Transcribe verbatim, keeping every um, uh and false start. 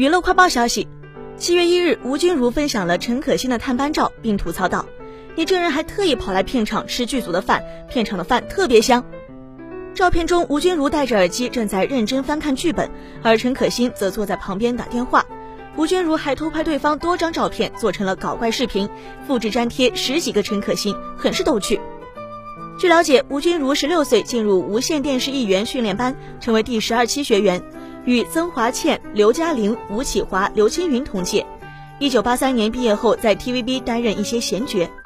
娱乐快报消息，七月一日，吴君如分享了陈可辛的探班照，并吐槽道：“你这人还特意跑来片场吃剧组的饭，片场的饭特别香。”照片中，吴君如戴着耳机正在认真翻看剧本，而陈可辛则坐在旁边打电话。吴君如还偷拍对方多张照片，做成了搞怪视频，复制粘贴十几个陈可辛，很是逗趣。据了解，吴君如十六岁进入无线电视艺员训练班，成为第十二期学员，与曾华倩、刘嘉玲、吴启华、刘青云同届。一九八三年毕业后，在 T V B 担任一些闲角。